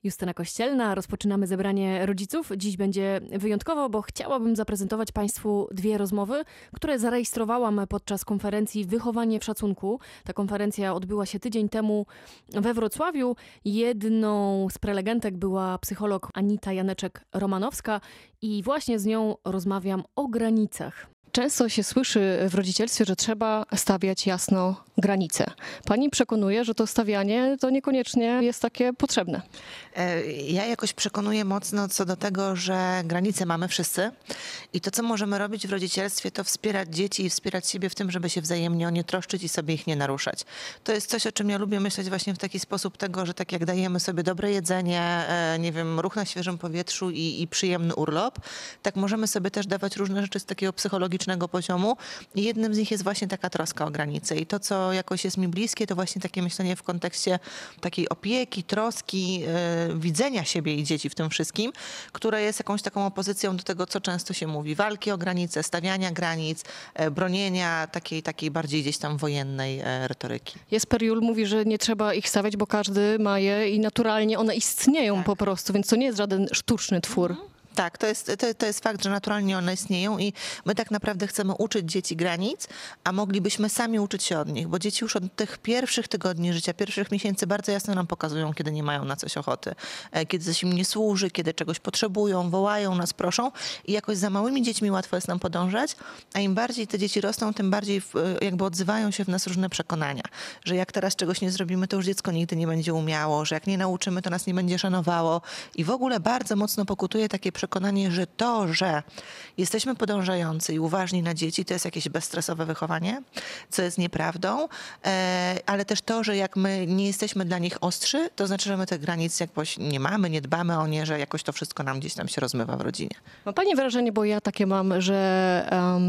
Justyna Kościelna, rozpoczynamy zebranie rodziców. Dziś będzie wyjątkowo, bo chciałabym zaprezentować Państwu dwie rozmowy, które zarejestrowałam podczas konferencji Wychowanie w szacunku. Ta konferencja odbyła się tydzień temu we Wrocławiu. Jedną z prelegentek była psycholog Anita Janeczek-Romanowska i właśnie z nią rozmawiam o granicach. Często się słyszy w rodzicielstwie, że trzeba stawiać jasno granice. Pani przekonuje, że to stawianie to niekoniecznie jest takie potrzebne. Ja jakoś przekonuję mocno co do tego, że granice mamy wszyscy i to, co możemy robić w rodzicielstwie, to wspierać dzieci i wspierać siebie w tym, żeby się wzajemnie o nie troszczyć i sobie ich nie naruszać. To jest coś, o czym ja lubię myśleć właśnie w taki sposób tego, że tak jak dajemy sobie dobre jedzenie, nie wiem, ruch na świeżym powietrzu i przyjemny urlop, tak możemy sobie też dawać różne rzeczy z takiego psychologicznego poziomu i jednym z nich jest właśnie taka troska o granice. I to, co jakoś jest mi bliskie, to właśnie takie myślenie w kontekście takiej opieki, troski, widzenia siebie i dzieci w tym wszystkim, które jest jakąś taką opozycją do tego, co często się mówi. Walki o granice, stawiania granic, bronienia takiej bardziej gdzieś tam wojennej retoryki. Jesper Juhl mówi, że nie trzeba ich stawiać, bo każdy ma je i naturalnie one istnieją po prostu, więc to nie jest żaden sztuczny twór. Tak, to jest fakt, że naturalnie one istnieją i my tak naprawdę chcemy uczyć dzieci granic, a moglibyśmy sami uczyć się od nich, bo dzieci już od tych pierwszych tygodni życia, pierwszych miesięcy bardzo jasno nam pokazują, kiedy nie mają na coś ochoty, kiedy coś im nie służy, kiedy czegoś potrzebują, wołają nas, proszą i jakoś za małymi dziećmi łatwo jest nam podążać, a im bardziej te dzieci rosną, tym bardziej jakby odzywają się w nas różne przekonania, że jak teraz czegoś nie zrobimy, to już dziecko nigdy nie będzie umiało, że jak nie nauczymy, to nas nie będzie szanowało i w ogóle bardzo mocno pokutuje takie przekonanie, że to, że jesteśmy podążający i uważni na dzieci, to jest jakieś bezstresowe wychowanie, co jest nieprawdą, ale też to, że jak my nie jesteśmy dla nich ostrzy, to znaczy, że my tych granic jakoś nie mamy, nie dbamy o nie, że jakoś to wszystko nam gdzieś tam się rozmywa w rodzinie. Ma Pani wrażenie, bo ja takie mam, że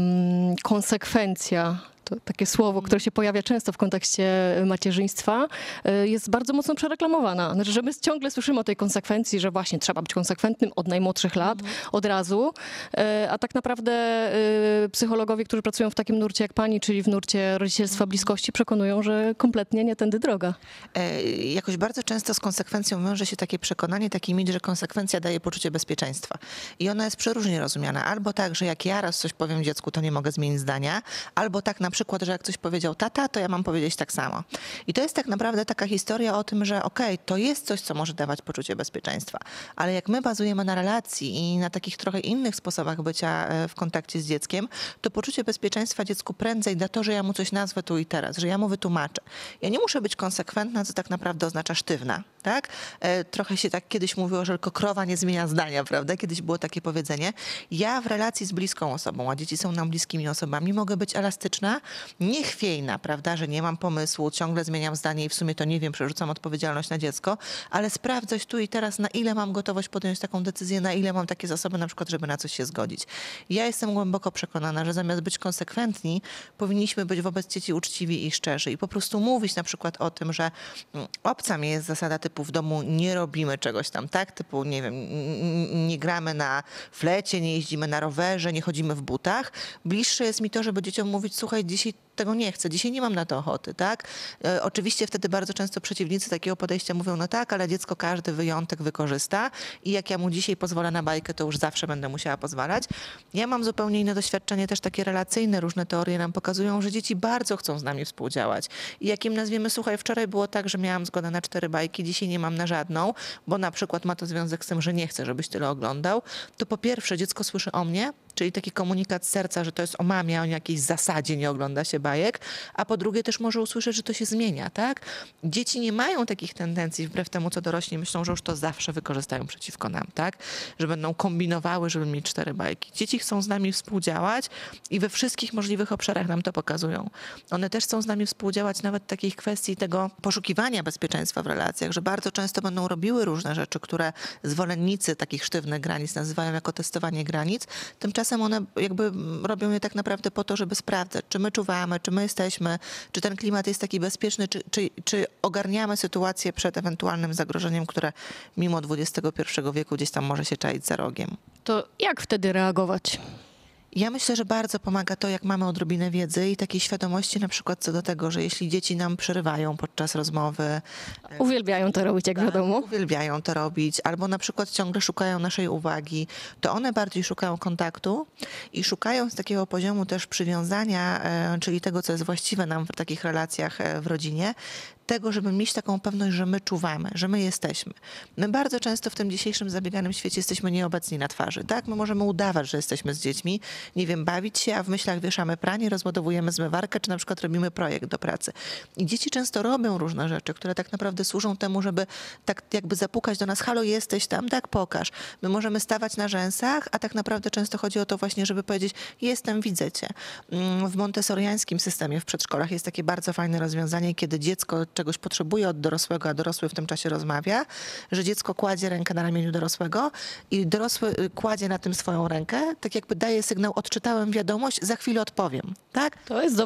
konsekwencja, to takie słowo, które się pojawia często w kontekście macierzyństwa, jest bardzo mocno przereklamowana. Znaczy, że my ciągle słyszymy o tej konsekwencji, że właśnie trzeba być konsekwentnym od najmłodszych lat, od razu, a tak naprawdę psychologowie, którzy pracują w takim nurcie jak pani, czyli w nurcie rodzicielstwa bliskości, przekonują, że kompletnie nie tędy droga. Jakoś bardzo często z konsekwencją wiąże się takie przekonanie, taki mit, że konsekwencja daje poczucie bezpieczeństwa. I ona jest przeróżnie rozumiana. Albo tak, że jak ja raz coś powiem dziecku, to nie mogę zmienić zdania, albo tak na przykład, że jak coś powiedział tata, to ja mam powiedzieć tak samo. I to jest tak naprawdę taka historia o tym, że okej, to jest coś, co może dawać poczucie bezpieczeństwa, ale jak my bazujemy na relacji i na takich trochę innych sposobach bycia w kontakcie z dzieckiem, to poczucie bezpieczeństwa dziecku prędzej da to, że ja mu coś nazwę tu i teraz, że ja mu wytłumaczę. Ja nie muszę być konsekwentna, co tak naprawdę oznacza sztywna, tak? Trochę się tak kiedyś mówiło, że tylko krowa nie zmienia zdania, prawda? Kiedyś było takie powiedzenie. Ja w relacji z bliską osobą, a dzieci są nam bliskimi osobami, mogę być elastyczna, niechwiejna, prawda, że nie mam pomysłu, ciągle zmieniam zdanie i w sumie to nie wiem, przerzucam odpowiedzialność na dziecko, ale sprawdzać tu i teraz, na ile mam gotowość podjąć taką decyzję, na ile mam takie zasoby na przykład, żeby na coś się zgodzić. Ja jestem głęboko przekonana, że zamiast być konsekwentni, powinniśmy być wobec dzieci uczciwi i szczerzy i po prostu mówić na przykład o tym, że obca mi jest zasada typu w domu nie robimy czegoś tam, tak, typu nie wiem, nie gramy na flecie, nie jeździmy na rowerze, nie chodzimy w butach. Bliższe jest mi to, żeby dzieciom mówić, słuchaj, dzisiaj tego nie chcę, dzisiaj nie mam na to ochoty, tak? Oczywiście wtedy bardzo często przeciwnicy takiego podejścia mówią, no tak, ale dziecko każdy wyjątek wykorzysta i jak ja mu dzisiaj pozwolę na bajkę, to już zawsze będę musiała pozwalać. Ja mam zupełnie inne doświadczenie, też takie relacyjne, różne teorie nam pokazują, że dzieci bardzo chcą z nami współdziałać. I jak im nazwiemy, słuchaj, wczoraj było tak, że miałam zgodę na 4 bajki, dzisiaj nie mam na żadną, bo na przykład ma to związek z tym, że nie chcę, żebyś tyle oglądał, to po pierwsze dziecko słyszy o mnie, czyli taki komunikat z serca, że to jest o mamie, a o jakiejś zasadzie nie ogląda się bajek, a po drugie też może usłyszeć, że to się zmienia, tak? Dzieci nie mają takich tendencji, wbrew temu, co dorośli myślą, że już to zawsze wykorzystają przeciwko nam, tak? Że będą kombinowały, żeby mieć 4 bajki. Dzieci chcą z nami współdziałać i we wszystkich możliwych obszarach nam to pokazują. One też chcą z nami współdziałać nawet w takich kwestii tego poszukiwania bezpieczeństwa w relacjach, że bardzo często będą robiły różne rzeczy, które zwolennicy takich sztywnych granic nazywają jako testowanie granic. Tymczasem one jakby robią je tak naprawdę po to, żeby sprawdzać, czy my czuwamy, czy my jesteśmy, czy ten klimat jest taki bezpieczny, czy ogarniamy sytuację przed ewentualnym zagrożeniem, które mimo XXI wieku gdzieś tam może się czaić za rogiem. To jak wtedy reagować? Ja myślę, że bardzo pomaga to, jak mamy odrobinę wiedzy i takiej świadomości na przykład co do tego, że jeśli dzieci nam przerywają podczas rozmowy, Uwielbiają to robić, jak wiadomo. uwielbiają to robić, albo na przykład ciągle szukają naszej uwagi, to one bardziej szukają kontaktu i szukają z takiego poziomu też przywiązania, czyli tego, co jest właściwe nam w takich relacjach w rodzinie, tego, żeby mieć taką pewność, że my czuwamy, że my jesteśmy. My bardzo często w tym dzisiejszym zabieganym świecie jesteśmy nieobecni na twarzy, tak? My możemy udawać, że jesteśmy z dziećmi, nie wiem, bawić się, a w myślach wieszamy pranie, rozładowujemy zmywarkę, czy na przykład robimy projekt do pracy. I dzieci często robią różne rzeczy, które tak naprawdę służą temu, żeby tak jakby zapukać do nas, halo, jesteś tam, tak, pokaż. My możemy stawać na rzęsach, a tak naprawdę często chodzi o to właśnie, żeby powiedzieć, jestem, widzę cię. W montessoriańskim systemie w przedszkolach jest takie bardzo fajne rozwiązanie, kiedy dziecko czegoś potrzebuje od dorosłego, a dorosły w tym czasie rozmawia, że dziecko kładzie rękę na ramieniu dorosłego i dorosły kładzie na tym swoją rękę, tak jakby daje sygnał, odczytałem wiadomość, za chwilę odpowiem, tak? To jest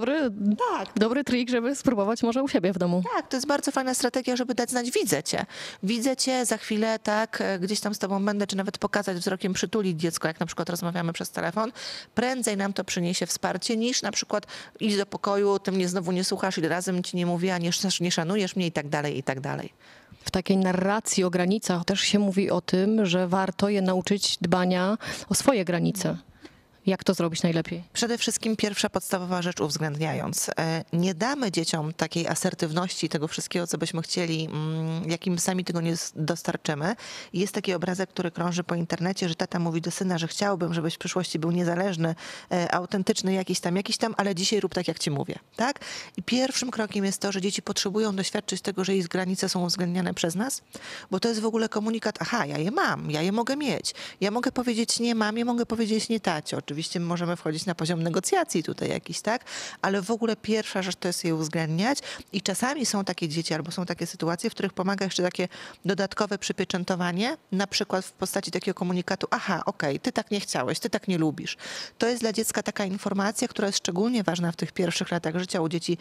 dobry trik, żeby spróbować może u siebie w domu. Tak, to jest bardzo fajna strategia, żeby dać znać, widzę cię, za chwilę, tak, gdzieś tam z tobą będę, czy nawet pokazać wzrokiem, przytulić dziecko, jak na przykład rozmawiamy przez telefon, prędzej nam to przyniesie wsparcie, niż na przykład idź do pokoju, ty mnie znowu nie słuchasz, ile razem ci nie mówię, a nie szanujesz mnie i tak dalej, i tak dalej. W takiej narracji o granicach też się mówi o tym, że warto je nauczyć dbania o swoje granice. Jak to zrobić najlepiej? Przede wszystkim pierwsza podstawowa rzecz uwzględniając. Nie damy dzieciom takiej asertywności, tego wszystkiego, co byśmy chcieli, jakim sami tego nie dostarczymy. Jest taki obrazek, który krąży po internecie, że tata mówi do syna, że chciałbym, żebyś w przyszłości był niezależny, autentyczny, jakiś tam, ale dzisiaj rób tak, jak ci mówię. Tak? I pierwszym krokiem jest to, że dzieci potrzebują doświadczyć tego, że ich granice są uwzględniane przez nas, bo to jest w ogóle komunikat, aha, ja je mam, ja je mogę mieć. Ja mogę powiedzieć nie mamie, mogę powiedzieć nie tacie. Oczywiście możemy wchodzić na poziom negocjacji tutaj jakiś, tak? Ale w ogóle pierwsza rzecz to jest je uwzględniać i czasami są takie dzieci albo są takie sytuacje, w których pomaga jeszcze takie dodatkowe przypieczętowanie, na przykład w postaci takiego komunikatu, aha, okej, ty tak nie chciałeś, ty tak nie lubisz. To jest dla dziecka taka informacja, która jest szczególnie ważna w tych pierwszych latach życia u dzieci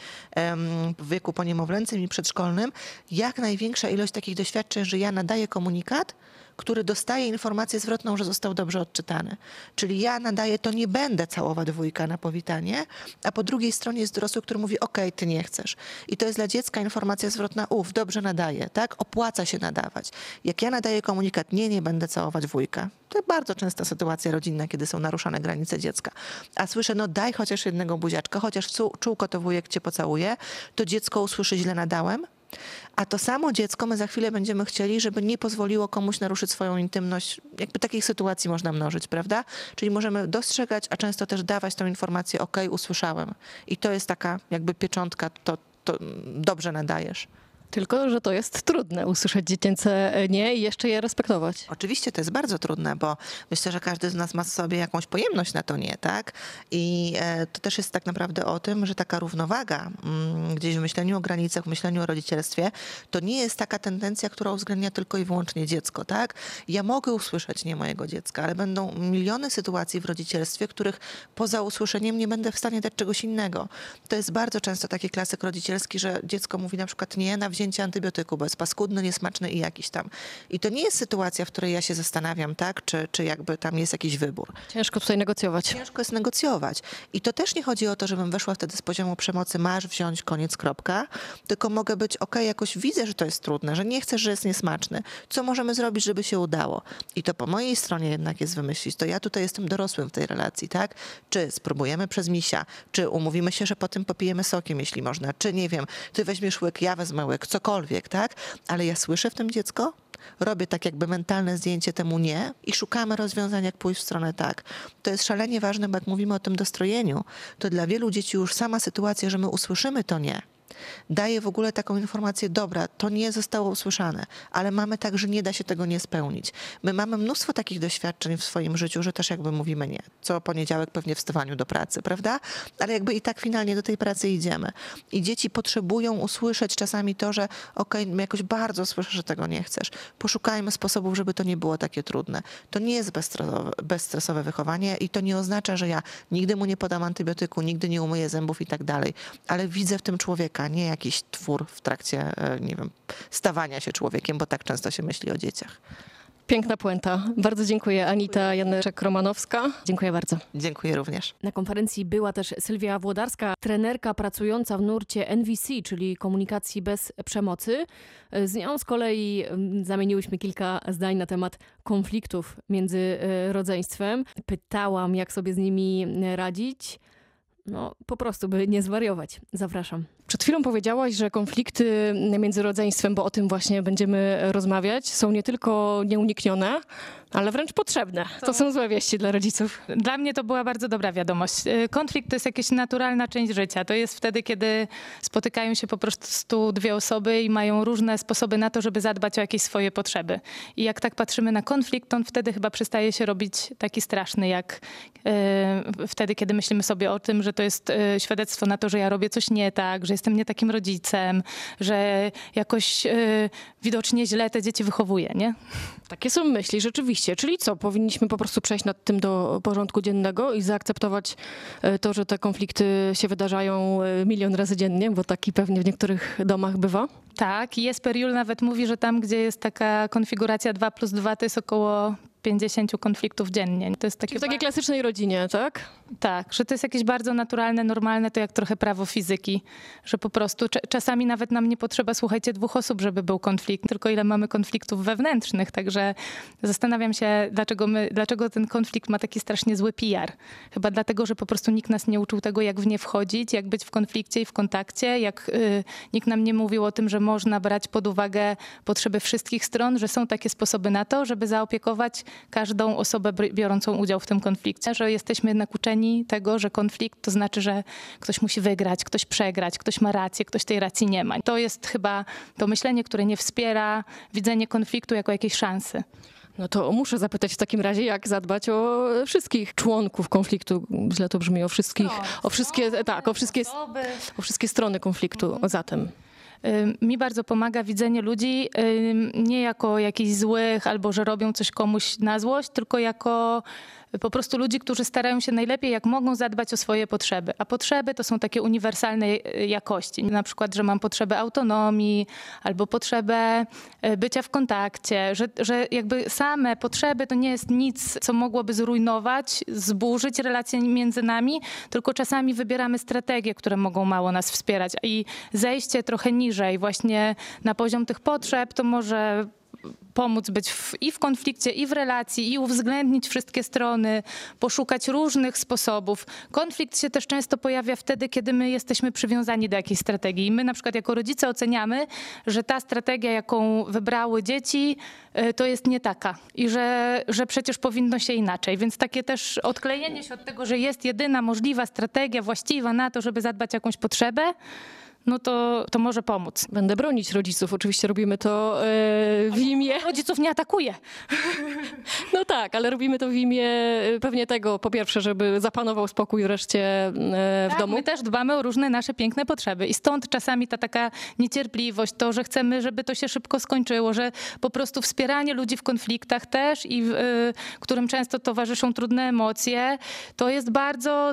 w wieku poniemowlęcym i przedszkolnym. Jak największa ilość takich doświadczeń, że ja nadaję komunikat, który dostaje informację zwrotną, że został dobrze odczytany. Czyli ja nadaję, to nie będę całować wujka na powitanie, a po drugiej stronie jest dorosły, który mówi, okej, ty nie chcesz. I to jest dla dziecka informacja zwrotna, dobrze nadaje, tak? Opłaca się nadawać. Jak ja nadaję komunikat, nie będę całować wujka. To bardzo częsta sytuacja rodzinna, kiedy są naruszane granice dziecka. A słyszę, daj chociaż jednego buziaczka, chociaż w czółko to wujek cię pocałuje, to dziecko usłyszy, źle nadałem. A to samo dziecko my za chwilę będziemy chcieli, żeby nie pozwoliło komuś naruszyć swoją intymność. Jakby takich sytuacji można mnożyć, prawda? Czyli możemy dostrzegać, a często też dawać tą informację, usłyszałem. I to jest taka jakby pieczątka, to dobrze nadajesz. Tylko, że to jest trudne, usłyszeć dziecięce nie i jeszcze je respektować. Oczywiście to jest bardzo trudne, bo myślę, że każdy z nas ma w sobie jakąś pojemność na to nie, tak? I to też jest tak naprawdę o tym, że taka równowaga gdzieś w myśleniu o granicach, w myśleniu o rodzicielstwie, to nie jest taka tendencja, która uwzględnia tylko i wyłącznie dziecko, tak? Ja mogę usłyszeć nie mojego dziecka, ale będą miliony sytuacji w rodzicielstwie, których poza usłyszeniem nie będę w stanie dać czegoś innego. To jest bardzo często taki klasyk rodzicielski, że dziecko mówi na przykład nie na wzięcie antybiotyku, bo jest paskudny, niesmaczny i jakiś tam. I to nie jest sytuacja, w której ja się zastanawiam, tak, czy jakby tam jest jakiś wybór. Ciężko tutaj negocjować. Ciężko jest negocjować. I to też nie chodzi o to, żebym weszła wtedy z poziomu przemocy, masz wziąć, koniec, kropka, tylko mogę być, jakoś widzę, że to jest trudne, że nie chcesz, że jest niesmaczny. Co możemy zrobić, żeby się udało? I to po mojej stronie jednak jest wymyślić, to ja tutaj jestem dorosłym w tej relacji, tak? Czy spróbujemy przez misia, czy umówimy się, że potem popijemy sokiem, jeśli można, czy nie wiem, ty weźmiesz łyk, ja wezmę łyk, cokolwiek, tak? Ale ja słyszę w tym dziecko, robię tak jakby mentalne zdjęcie temu nie i szukamy rozwiązań, jak pójść w stronę tak. To jest szalenie ważne, bo jak mówimy o tym dostrojeniu, to dla wielu dzieci już sama sytuacja, że my usłyszymy to nie, daje w ogóle taką informację, dobra, to nie zostało usłyszane, ale mamy tak, że nie da się tego nie spełnić. My mamy mnóstwo takich doświadczeń w swoim życiu, że też jakby mówimy nie. Co poniedziałek pewnie wstawaniu do pracy, prawda? Ale jakby i tak finalnie do tej pracy idziemy. I dzieci potrzebują usłyszeć czasami to, że jakoś bardzo słyszę, że tego nie chcesz. Poszukajmy sposobów, żeby to nie było takie trudne. To nie jest bezstresowe wychowanie i to nie oznacza, że ja nigdy mu nie podam antybiotyku, nigdy nie umyję zębów i tak dalej. Ale widzę w tym człowieka, nie jakiś twór w trakcie, nie wiem, stawania się człowiekiem, bo tak często się myśli o dzieciach. Piękna puenta. Bardzo dziękuję. Anita Janeczek-Romanowska. Dziękuję bardzo. Dziękuję również. Na konferencji była też Sylwia Włodarska, trenerka pracująca w nurcie NVC, czyli komunikacji bez przemocy. Z nią z kolei zamieniłyśmy kilka zdań na temat konfliktów między rodzeństwem. Pytałam, jak sobie z nimi radzić. No, po prostu, by nie zwariować. Zapraszam. Przed chwilą powiedziałaś, że konflikty między rodzeństwem, bo o tym właśnie będziemy rozmawiać, są nie tylko nieuniknione, ale wręcz potrzebne. To są złe wieści dla rodziców. Dla mnie to była bardzo dobra wiadomość. Konflikt to jest jakaś naturalna część życia. To jest wtedy, kiedy spotykają się po prostu dwie osoby i mają różne sposoby na to, żeby zadbać o jakieś swoje potrzeby. I jak tak patrzymy na konflikt, to on wtedy chyba przestaje się robić taki straszny, jak wtedy, kiedy myślimy sobie o tym, że to jest świadectwo na to, że ja robię coś nie tak, że jestem nie takim rodzicem, że jakoś widocznie źle te dzieci wychowuję, nie? Takie są myśli, rzeczywiście. Czyli co? Powinniśmy po prostu przejść nad tym do porządku dziennego i zaakceptować to, że te konflikty się wydarzają milion razy dziennie, bo taki pewnie w niektórych domach bywa? Tak, i Jesper Juhl nawet mówi, że tam, gdzie jest taka konfiguracja 2+2, to jest około 50 konfliktów dziennie. To jest takie W takiej klasycznej rodzinie, tak? Tak, że to jest jakieś bardzo naturalne, normalne, to jak trochę prawo fizyki, że po prostu czasami nawet nam nie potrzeba, słuchajcie, 2 osób, żeby był konflikt, tylko ile mamy konfliktów wewnętrznych, także zastanawiam się, dlaczego ten konflikt ma taki strasznie zły PR. Chyba dlatego, że po prostu nikt nas nie uczył tego, jak w nie wchodzić, jak być w konflikcie i w kontakcie, jak nikt nam nie mówił o tym, że można brać pod uwagę potrzeby wszystkich stron, że są takie sposoby na to, żeby zaopiekować każdą osobę biorącą udział w tym konflikcie, że jesteśmy jednak uczeni tego, że konflikt to znaczy, że ktoś musi wygrać, ktoś przegrać, ktoś ma rację, ktoś tej racji nie ma. To jest chyba to myślenie, które nie wspiera widzenie konfliktu jako jakiejś szansy. No to muszę zapytać w takim razie, jak zadbać o wszystkich członków konfliktu. Źle to brzmi, o wszystkie strony konfliktu zatem. Mi bardzo pomaga widzenie ludzi nie jako jakichś złych albo że robią coś komuś na złość, tylko jako po prostu ludzi, którzy starają się najlepiej jak mogą zadbać o swoje potrzeby. A potrzeby to są takie uniwersalne jakości. Na przykład, że mam potrzebę autonomii albo potrzebę bycia w kontakcie, że jakby same potrzeby to nie jest nic, co mogłoby zrujnować, zburzyć relacje między nami, tylko czasami wybieramy strategie, które mogą mało nas wspierać. I zejście trochę niżej właśnie na poziom tych potrzeb to może pomóc być i w konflikcie, i w relacji, i uwzględnić wszystkie strony, poszukać różnych sposobów. Konflikt się też często pojawia wtedy, kiedy my jesteśmy przywiązani do jakiejś strategii. I my na przykład jako rodzice oceniamy, że ta strategia, jaką wybrały dzieci, to jest nie taka i że przecież powinno się inaczej. Więc takie też odklejenie się od tego, że jest jedyna możliwa strategia właściwa na to, żeby zadbać o jakąś potrzebę, no to może pomóc. Będę bronić rodziców. Oczywiście robimy to w imię... Rodziców nie atakuje. No tak, ale robimy to w imię pewnie tego, po pierwsze, żeby zapanował spokój wreszcie w domu. My też dbamy o różne nasze piękne potrzeby i stąd czasami ta taka niecierpliwość, to, że chcemy, żeby to się szybko skończyło, że po prostu wspieranie ludzi w konfliktach też i którym często towarzyszą trudne emocje, to jest bardzo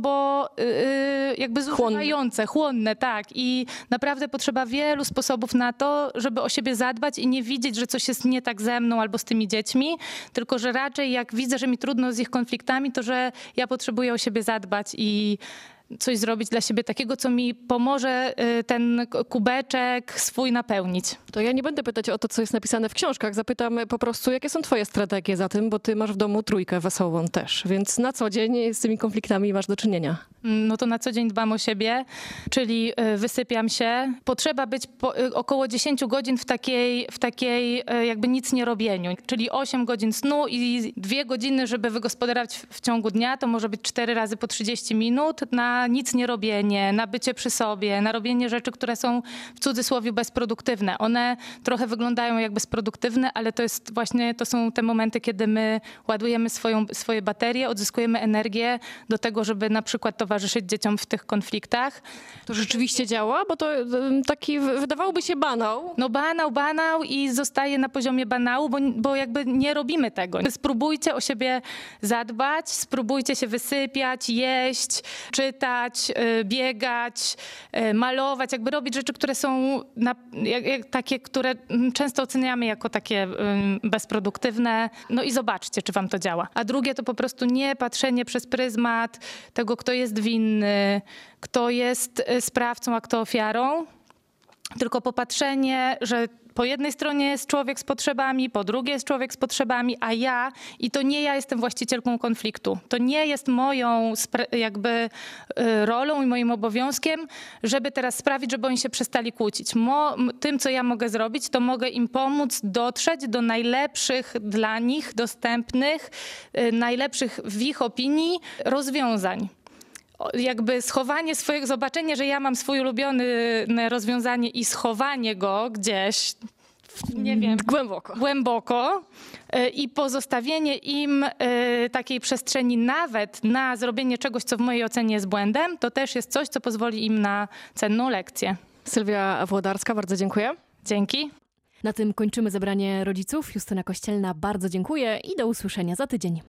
jakby zużywające, chłonne, tak. I naprawdę potrzeba wielu sposobów na to, żeby o siebie zadbać i nie widzieć, że coś jest nie tak ze mną albo z tymi dziećmi, tylko że raczej jak widzę, że mi trudno z ich konfliktami, to że ja potrzebuję o siebie zadbać i coś zrobić dla siebie takiego, co mi pomoże ten kubeczek swój napełnić. To ja nie będę pytać o to, co jest napisane w książkach. Zapytam po prostu, jakie są twoje strategie za tym, bo ty masz w domu trójkę wesołą też, więc na co dzień z tymi konfliktami masz do czynienia? No to na co dzień dbam o siebie, czyli wysypiam się. Potrzeba być około 10 godzin w takiej jakby nic nie robieniu, czyli 8 godzin snu i 2 godziny, żeby wygospodarować w ciągu dnia. To może być 4 razy po 30 minut na nic nie robienie, na bycie przy sobie, na robienie rzeczy, które są w cudzysłowie bezproduktywne. One trochę wyglądają jak bezproduktywne, ale to są te momenty, kiedy my ładujemy swoje baterie, odzyskujemy energię do tego, żeby na przykład towarzyszyć dzieciom w tych konfliktach. To rzeczywiście działa? Bo to taki wydawałoby się banał. No banał i zostaje na poziomie banału, bo jakby nie robimy tego. Spróbujcie o siebie zadbać, spróbujcie się wysypiać, jeść, czytać, czytać, biegać, malować, jakby robić rzeczy, które są takie, które często oceniamy jako takie bezproduktywne. No i zobaczcie, czy wam to działa. A drugie to po prostu nie patrzenie przez pryzmat tego, kto jest winny, kto jest sprawcą, a kto ofiarą, tylko popatrzenie, że po jednej stronie jest człowiek z potrzebami, po drugiej jest człowiek z potrzebami, a i to nie ja jestem właścicielką konfliktu. To nie jest moją jakby rolą i moim obowiązkiem, żeby teraz sprawić, żeby oni się przestali kłócić. Tym, co ja mogę zrobić, to mogę im pomóc dotrzeć do najlepszych dla nich dostępnych, najlepszych w ich opinii rozwiązań. Jakby schowanie swojego, zobaczenie, że ja mam swój ulubiony rozwiązanie i schowanie go gdzieś, nie wiem, głęboko i pozostawienie im takiej przestrzeni nawet na zrobienie czegoś, co w mojej ocenie jest błędem, to też jest coś, co pozwoli im na cenną lekcję. Sylwia Włodarska, bardzo dziękuję. Dzięki. Na tym kończymy zebranie rodziców. Justyna Kościelna, bardzo dziękuję i do usłyszenia za tydzień.